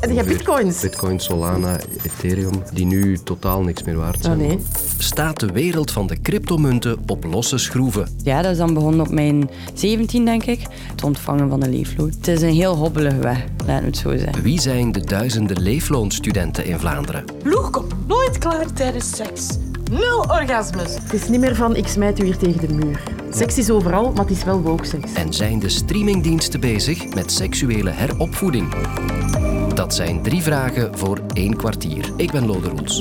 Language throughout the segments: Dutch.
En je hebt bitcoins? Bitcoin, Solana, Ethereum, die nu totaal niks meer waard zijn. Oh nee. Staat de wereld van de cryptomunten op losse schroeven? Ja, dat is dan begonnen op mijn 17, denk ik. Het ontvangen van een leefloon. Het is een heel hobbelige weg, laten we het zo zeggen. Wie zijn de duizenden leefloonstudenten in Vlaanderen? Ploeg komt nooit klaar tijdens seks. 0 orgasmes. Het is niet meer van ik smijt u hier tegen de muur. Seks is overal, maar het is wel woke seks. En zijn de streamingdiensten bezig met seksuele heropvoeding? Dat zijn 3 vragen voor 1 kwartier. Ik ben Lode Roels.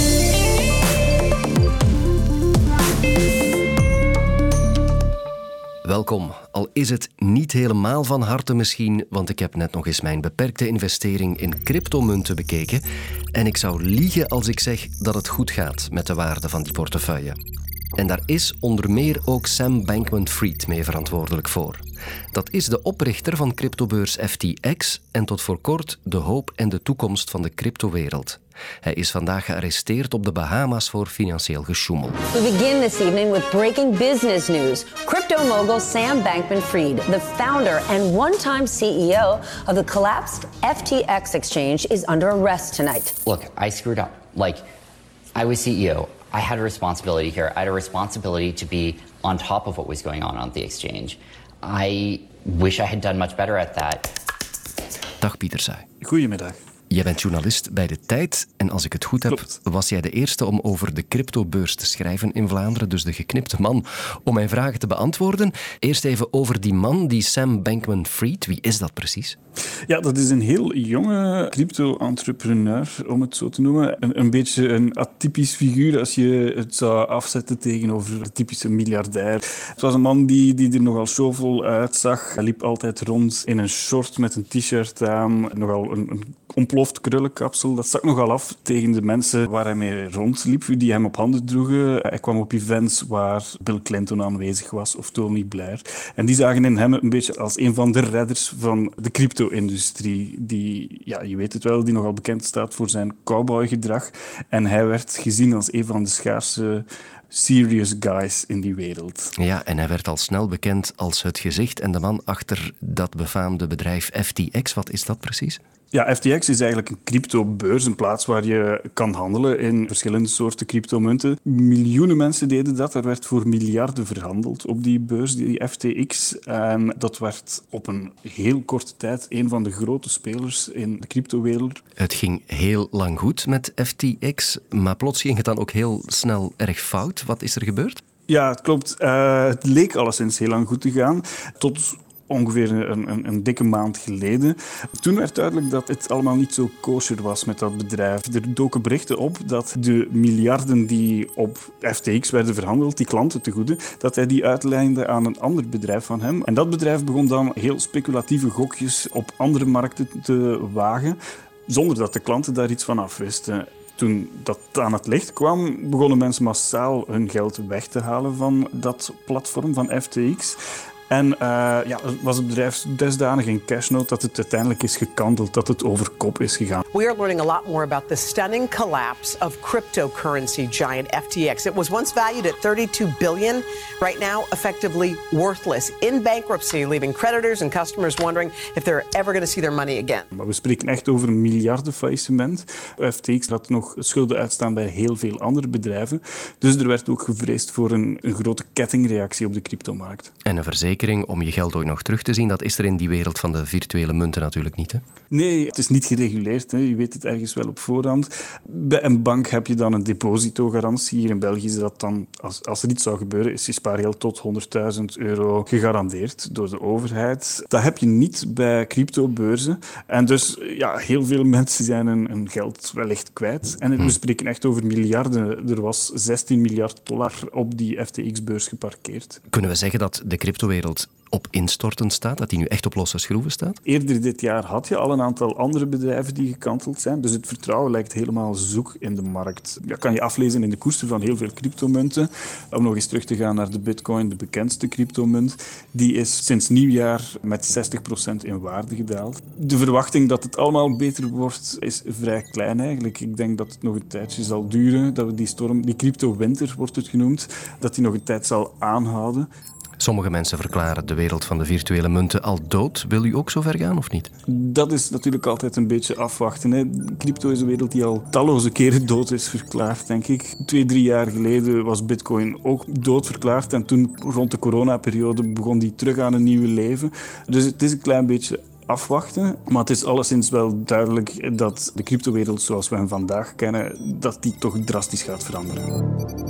Welkom, al is het niet helemaal van harte misschien, want ik heb net nog eens mijn beperkte investering in cryptomunten bekeken en ik zou liegen als ik zeg dat het goed gaat met de waarde van die portefeuille. En daar is onder meer ook Sam Bankman-Fried mee verantwoordelijk voor. Dat is de oprichter van cryptobeurs FTX en tot voor kort de hoop en de toekomst van de cryptowereld. Hij is vandaag gearresteerd op de Bahama's voor financieel gesjoemel. We begin this evening with breaking business news. Crypto mogul Sam Bankman-Fried, the founder and one-time CEO of the collapsed FTX exchange, is under arrest tonight. Look, I screwed up. I was CEO. I had a responsibility here. I had a responsibility to be on top of what was going on the exchange. I wish I had done much better at that. Dag Pieter Saay. Goedemiddag. Jij bent journalist bij De Tijd en als ik het goed heb, Klopt. was jij de eerste om over de cryptobeurs te schrijven in Vlaanderen, dus de geknipte man om mijn vragen te beantwoorden. Eerst even over die man, die Sam Bankman-Fried. Wie is dat precies? Ja, dat is een heel jonge crypto-entrepreneur, om het zo te noemen. Een beetje een atypisch figuur als je het zou afzetten tegenover de typische miljardair. Het was een man die er nogal showvol uitzag. Hij liep altijd rond in een short met een t-shirt aan, nogal een ontploft krullenkapsel. Dat stak nogal af tegen de mensen waar hij mee rondliep, die hem op handen droegen. Hij kwam op events waar Bill Clinton aanwezig was of Tony Blair. En die zagen in hem een beetje als een van de redders van de crypto-industrie. Die, ja, je weet het wel, die nogal bekend staat voor zijn cowboygedrag. En hij werd gezien als een van de schaarse serious guys in die wereld. Ja, en hij werd al snel bekend als het gezicht en de man achter dat befaamde bedrijf FTX. Wat is dat precies? Ja, FTX is eigenlijk een cryptobeurs, een plaats waar je kan handelen in verschillende soorten cryptomunten. Miljoenen mensen deden dat. Er werd voor miljarden verhandeld op die beurs, die FTX. En dat werd op een heel korte tijd een van de grote spelers in de cryptowereld. Het ging heel lang goed met FTX, maar plots ging het dan ook heel snel erg fout. Wat is er gebeurd? Ja, het klopt. Het leek alleszins heel lang goed te gaan, tot ongeveer een dikke maand geleden. Toen werd duidelijk dat het allemaal niet zo kosher was met dat bedrijf. Er doken berichten op dat de miljarden die op FTX werden verhandeld, die klanten te goede, dat hij die uitleende aan een ander bedrijf van hem. En dat bedrijf begon dan heel speculatieve gokjes op andere markten te wagen, zonder dat de klanten daar iets van afwisten. Toen dat aan het licht kwam, begonnen mensen massaal hun geld weg te halen van dat platform van FTX. En was het bedrijf dusdanig in cashnood dat het uiteindelijk is gekanteld, dat het over kop is gegaan. We are learning a lot more about the stunning collapse of cryptocurrency giant FTX. It was once valued at $32 billion, right now effectively worthless, in bankruptcy, leaving creditors and customers wondering if they're ever going to see their money again. Maar we spreken echt over een miljardenfaillissement. FTX had nog schulden uitstaan bij heel veel andere bedrijven. Dus er werd ook gevreesd voor een grote kettingreactie op de cryptomarkt. En een verzekering om je geld ooit nog terug te zien, dat is er in die wereld van de virtuele munten natuurlijk niet, hè? Nee, het is niet gereguleerd. Hè. Je weet het ergens wel op voorhand. Bij een bank heb je dan een depositogarantie. Hier in België is dat dan, als er iets zou gebeuren, is je spaargeld tot €100.000 gegarandeerd door de overheid. Dat heb je niet bij cryptobeurzen. En dus, ja, heel veel mensen zijn hun geld wellicht kwijt. En we spreken echt over miljarden. Er was $16 miljard op die FTX-beurs geparkeerd. Kunnen we zeggen dat de cryptowereld op instorten staat, dat die nu echt op losse schroeven staat? Eerder dit jaar had je al een aantal andere bedrijven die gekanteld zijn. Dus het vertrouwen lijkt helemaal zoek in de markt. Dat kan je aflezen in de koersen van heel veel cryptomunten. Om nog eens terug te gaan naar de bitcoin, de bekendste cryptomunt. Die is sinds nieuwjaar met 60% in waarde gedaald. De verwachting dat het allemaal beter wordt is vrij klein eigenlijk. Ik denk dat het nog een tijdje zal duren. Dat we die storm, die crypto-winter wordt het genoemd, dat die nog een tijd zal aanhouden. Sommige mensen verklaren de wereld van de virtuele munten al dood. Wil u ook zo ver gaan of niet? Dat is natuurlijk altijd een beetje afwachten. Hè. Crypto is een wereld die al talloze keren dood is verklaard, denk ik. 2-3 jaar geleden was Bitcoin ook dood verklaard. En toen, rond de coronaperiode, begon die terug aan een nieuw leven. Dus het is een klein beetje afwachten. Maar het is alleszins wel duidelijk dat de cryptowereld zoals we hem vandaag kennen, dat die toch drastisch gaat veranderen.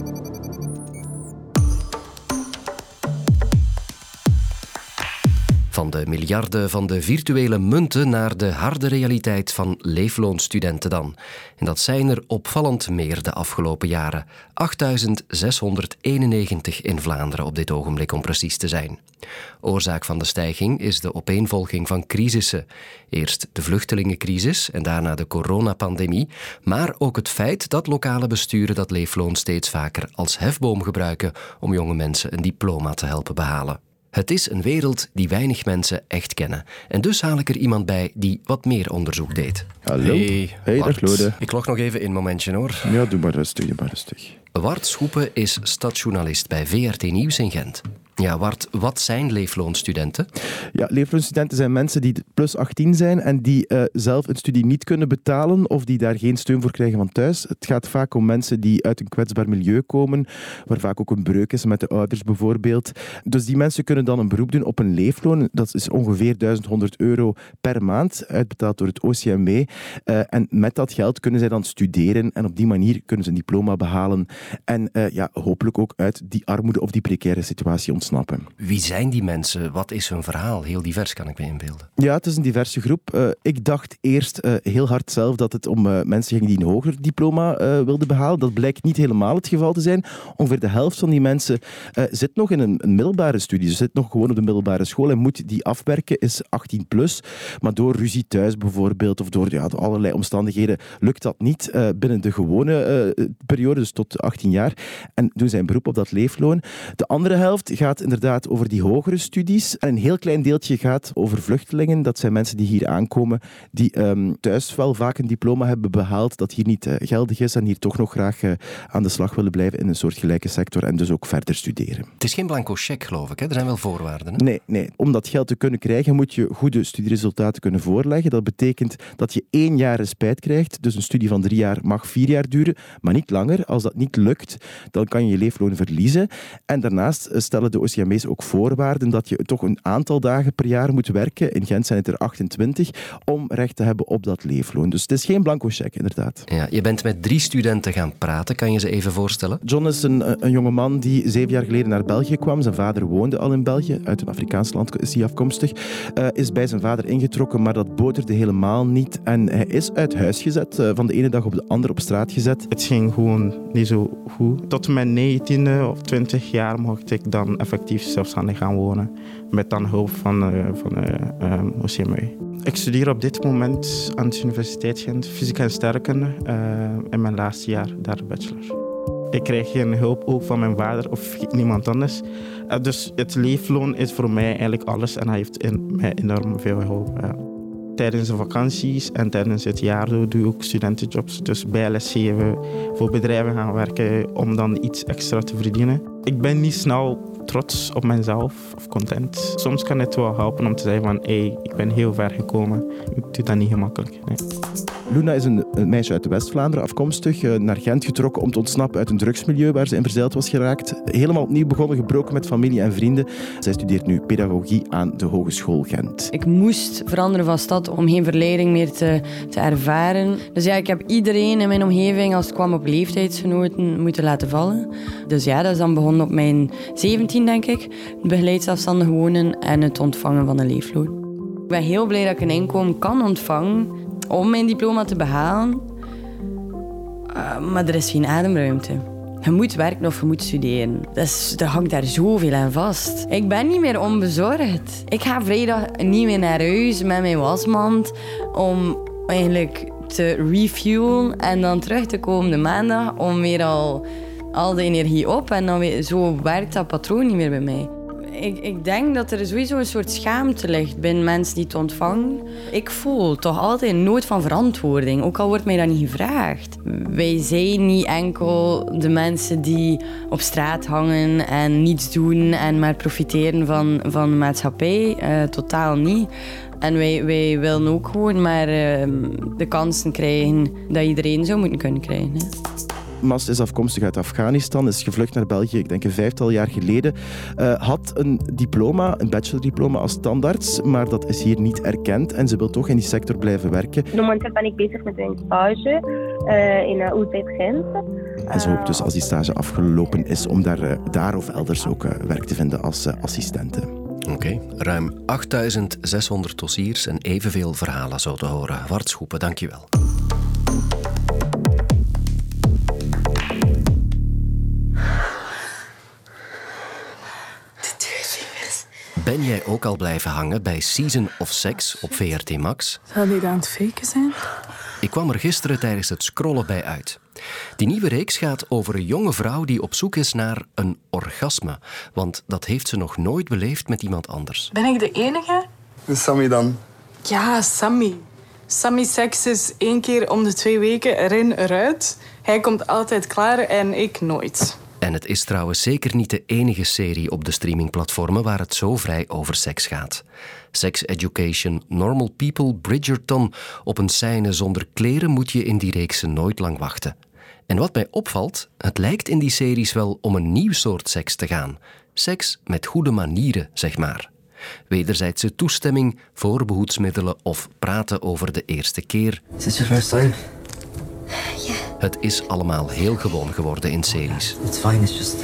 Van de miljarden van de virtuele munten naar de harde realiteit van leefloonstudenten dan. En dat zijn er opvallend meer de afgelopen jaren. 8.691 in Vlaanderen op dit ogenblik om precies te zijn. Oorzaak van de stijging is de opeenvolging van crisissen. Eerst de vluchtelingencrisis en daarna de coronapandemie. Maar ook het feit dat lokale besturen dat leefloon steeds vaker als hefboom gebruiken om jonge mensen een diploma te helpen behalen. Het is een wereld die weinig mensen echt kennen. En dus haal ik er iemand bij die wat meer onderzoek deed. Hallo. Hey, dag Lode. Ik log nog even in een momentje, hoor. Ja, doe maar rustig. Wart Schoepen is stadsjournalist bij VRT Nieuws in Gent. Ja, Wart, wat zijn leefloonstudenten? Ja, leefloonstudenten zijn mensen die plus 18 zijn en die zelf een studie niet kunnen betalen of die daar geen steun voor krijgen van thuis. Het gaat vaak om mensen die uit een kwetsbaar milieu komen, waar vaak ook een breuk is met de ouders bijvoorbeeld. Dus die mensen kunnen dan een beroep doen op een leefloon. Dat is ongeveer €1100 per maand, uitbetaald door het OCMW. En met dat geld kunnen zij dan studeren en op die manier kunnen ze een diploma behalen en hopelijk ook uit die armoede of die precaire situatie ontsnappen. Wie zijn die mensen? Wat is hun verhaal? Heel divers, kan ik me inbeelden. Ja, het is een diverse groep. Ik dacht eerst heel hard zelf dat het om mensen ging die een hoger diploma wilden behalen. Dat blijkt niet helemaal het geval te zijn. Ongeveer de helft van die mensen zit nog in een middelbare studie. Ze zit nog gewoon op de middelbare school en moet die afwerken, is 18+. Maar door ruzie thuis bijvoorbeeld of door allerlei omstandigheden lukt dat niet binnen de gewone periode, dus tot 18 jaar. En doen zij een beroep op dat leefloon. De andere helft gaat inderdaad over die hogere studies. En een heel klein deeltje gaat over vluchtelingen. Dat zijn mensen die hier aankomen, die thuis wel vaak een diploma hebben behaald, dat hier niet geldig is en hier toch nog graag aan de slag willen blijven in een soortgelijke sector en dus ook verder studeren. Het is geen blanco cheque, geloof ik. Hè? Er zijn wel voorwaarden. Hè? Nee. Om dat geld te kunnen krijgen, moet je goede studieresultaten kunnen voorleggen. Dat betekent dat je 1 jaar respijt krijgt. Dus een studie van 3 jaar mag 4 jaar duren, maar niet langer. Als dat niet lukt, dan kan je je leefloon verliezen. En daarnaast stellen de OCMW's ook voorwaarden dat je toch een aantal dagen per jaar moet werken. In Gent zijn het er 28, om recht te hebben op dat leefloon. Dus het is geen blanco cheque, inderdaad. Ja, je bent met 3 studenten gaan praten. Kan je ze even voorstellen? John is een jonge man die 7 jaar geleden naar België kwam. Zijn vader woonde al in België. Uit een Afrikaans land is hij afkomstig. Is bij zijn vader ingetrokken, maar dat boterde helemaal niet. En hij is uit huis gezet. Van de ene dag op de andere op straat gezet. Het ging gewoon niet zo goed. Tot mijn 19e of 20 jaar mocht ik dan effectief zelfstandig gaan wonen. Met dan hulp van OCMW. Ik studeer op dit moment aan de Universiteit Gent fysica en sterrenkunde. In mijn laatste jaar daar de bachelor. Ik krijg geen hulp ook van mijn vader of niemand anders. Dus het leefloon is voor mij eigenlijk alles en hij heeft mij enorm veel hulp. Tijdens de vakanties en tijdens het jaar doe ik ook studentenjobs. Dus bijlesgeven, voor bedrijven gaan werken om dan iets extra te verdienen. Ik ben niet snel trots op mezelf of content. Soms kan het wel helpen om te zeggen van ik ben heel ver gekomen. Ik doe dat niet gemakkelijk. Nee. Luna is een meisje uit West-Vlaanderen afkomstig, naar Gent getrokken om te ontsnappen uit een drugsmilieu waar ze in verzeild was geraakt. Helemaal opnieuw begonnen, gebroken met familie en vrienden. Zij studeert nu pedagogie aan de Hogeschool Gent. Ik moest veranderen van stad om geen verleiding meer te ervaren. Dus ja, ik heb iedereen in mijn omgeving, als het kwam op leeftijdsgenoten, moeten laten vallen. Dus ja, dat is dan begonnen op mijn 17, denk ik. Begeleid zelfstandig wonen en het ontvangen van een leefloon. Ik ben heel blij dat ik een inkomen kan ontvangen om mijn diploma te behalen. Maar er is geen ademruimte. Je moet werken of je moet studeren. Er hangt daar zoveel aan vast. Ik ben niet meer onbezorgd. Ik ga vrijdag niet meer naar huis met mijn wasmand om eigenlijk te refuelen en dan terug te komen de maandag om weer al de energie op. En dan weer, zo werkt dat patroon niet meer bij mij. Ik denk dat er sowieso een soort schaamte ligt binnen mensen die het ontvangen. Ik voel toch altijd nooit van verantwoording, ook al wordt mij dat niet gevraagd. Wij zijn niet enkel de mensen die op straat hangen en niets doen en maar profiteren van de maatschappij. Totaal niet. En wij willen ook gewoon maar de kansen krijgen dat iedereen zou moeten kunnen krijgen. Hè. Mas is afkomstig uit Afghanistan, is gevlucht naar België, ik denk een 5-tal jaar geleden. Had een diploma, een bachelordiploma als tandarts, maar dat is hier niet erkend en ze wil toch in die sector blijven werken. Momenteel ben ik bezig met een stage in Utrecht-Gent. En ze hoopt dus als die stage afgelopen is om daar of elders ook werk te vinden als assistente. Oké, ruim 8600 dossiers en evenveel verhalen zo te horen. Wart Schoepen, dankjewel. Ben jij ook al blijven hangen bij Season of Sex op VRT Max? Zou die aan het faken zijn? Ik kwam er gisteren tijdens het scrollen bij uit. Die nieuwe reeks gaat over een jonge vrouw die op zoek is naar een orgasme. Want dat heeft ze nog nooit beleefd met iemand anders. Ben ik de enige? En Sammy dan? Ja, Sammy. Sammy seks is 1 keer om de 2 weken erin, eruit. Hij komt altijd klaar en ik nooit. En het is trouwens zeker niet de enige serie op de streamingplatformen waar het zo vrij over seks gaat. Sex Education, Normal People, Bridgerton. Op een scène zonder kleren moet je in die reeksen nooit lang wachten. En wat mij opvalt, het lijkt in die series wel om een nieuw soort seks te gaan. Seks met goede manieren, zeg maar. Wederzijdse toestemming, voorbehoedsmiddelen of praten over de eerste keer. Is this your first time? Yeah. Het is allemaal heel gewoon geworden in series. It's fine, it's just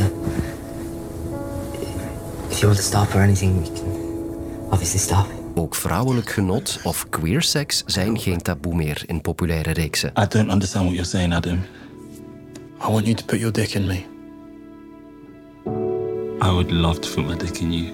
if you want to stop or anything, we can obviously stop. Ook vrouwelijk genot of queer seks zijn geen taboe meer in populaire reeksen. I don't understand what you're saying, Adam. I want you to put your dick in me. I would love to put my dick in you.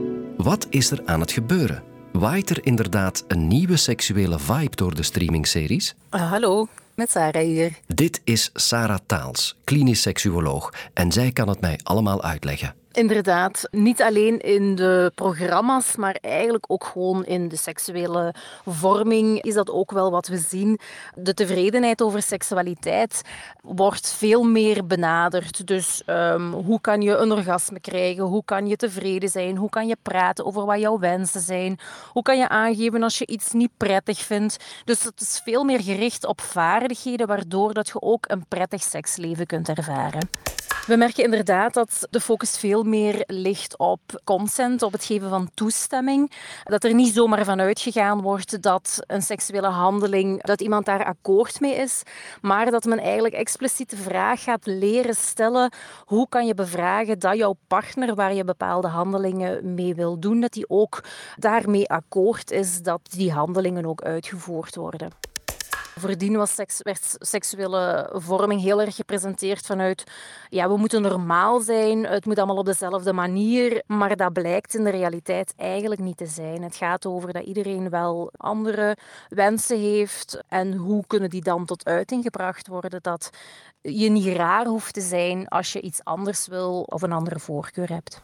Wat is er aan het gebeuren? Waait er inderdaad een nieuwe seksuele vibe door de streamingseries? Hallo, met Sarah hier. Dit is Sarah Taals, klinisch seksuoloog. En zij kan het mij allemaal uitleggen. Inderdaad, niet alleen in de programma's, maar eigenlijk ook gewoon in de seksuele vorming is dat ook wel wat we zien. De tevredenheid over seksualiteit wordt veel meer benaderd. Dus hoe kan je een orgasme krijgen? Hoe kan je tevreden zijn? Hoe kan je praten over wat jouw wensen zijn? Hoe kan je aangeven als je iets niet prettig vindt? Dus het is veel meer gericht op vaardigheden, waardoor dat je ook een prettig seksleven kunt ervaren. We merken inderdaad dat de focus veel meer ligt op consent, op het geven van toestemming. Dat er niet zomaar van uitgegaan wordt dat een seksuele handeling, dat iemand daar akkoord mee is, maar dat men eigenlijk expliciet de vraag gaat leren stellen: hoe kan je bevragen dat jouw partner waar je bepaalde handelingen mee wil doen, dat die ook daarmee akkoord is dat die handelingen ook uitgevoerd worden. Voordien werd seksuele vorming heel erg gepresenteerd vanuit ja, we moeten normaal zijn, het moet allemaal op dezelfde manier, maar dat blijkt in de realiteit eigenlijk niet te zijn. Het gaat over dat iedereen wel andere wensen heeft en hoe kunnen die dan tot uiting gebracht worden, dat je niet raar hoeft te zijn als je iets anders wil of een andere voorkeur hebt.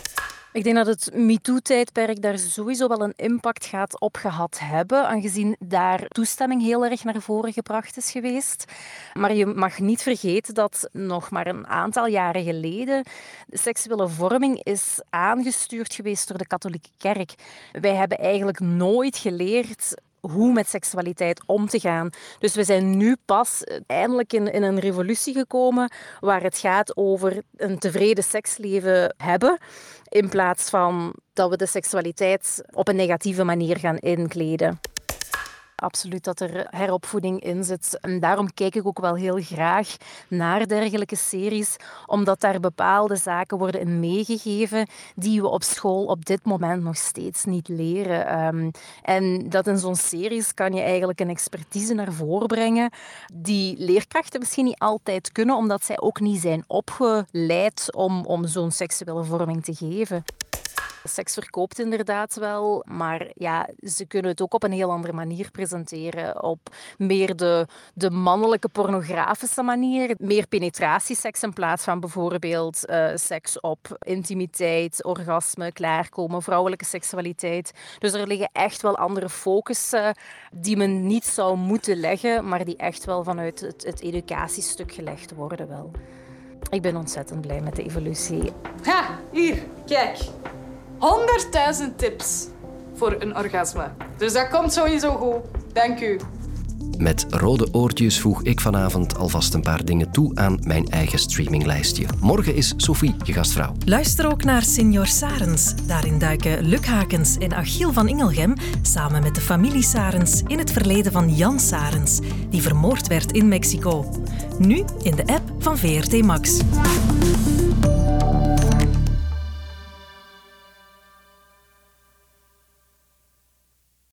Ik denk dat het MeToo-tijdperk daar sowieso wel een impact gaat op gehad hebben, aangezien daar toestemming heel erg naar voren gebracht is geweest. Maar je mag niet vergeten dat nog maar een aantal jaren geleden de seksuele vorming is aangestuurd geweest door de katholieke kerk. Wij hebben eigenlijk nooit geleerd hoe met seksualiteit om te gaan. Dus we zijn nu pas eindelijk in een revolutie gekomen waar het gaat over een tevreden seksleven hebben, in plaats van dat we de seksualiteit op een negatieve manier gaan inkleden. Absoluut dat er heropvoeding in zit. En daarom kijk ik ook wel heel graag naar dergelijke series, omdat daar bepaalde zaken worden in meegegeven die we op school op dit moment nog steeds niet leren. En dat in zo'n series kan je eigenlijk een expertise naar voren brengen die leerkrachten misschien niet altijd kunnen, omdat zij ook niet zijn opgeleid om zo'n seksuele vorming te geven. Seks verkoopt inderdaad wel, maar ja, ze kunnen het ook op een heel andere manier presenteren. Op meer de mannelijke pornografische manier. Meer penetratieseks in plaats van bijvoorbeeld seks op intimiteit, orgasme, klaarkomen, vrouwelijke seksualiteit. Dus er liggen echt wel andere focussen die men niet zou moeten leggen, maar die echt wel vanuit het educatiestuk gelegd worden wel. Ik ben ontzettend blij met de evolutie. Ha, hier, kijk. 100.000 tips voor een orgasme. Dus dat komt sowieso goed. Dank u. Met rode oortjes voeg ik vanavond alvast een paar dingen toe aan mijn eigen streaminglijstje. Morgen is Sophie je gastvrouw. Luister ook naar Senior Sarens. Daarin duiken Luc Hakens en Achiel van Ingelgem samen met de familie Sarens in het verleden van Jan Sarens, die vermoord werd in Mexico. Nu in de app van VRT Max.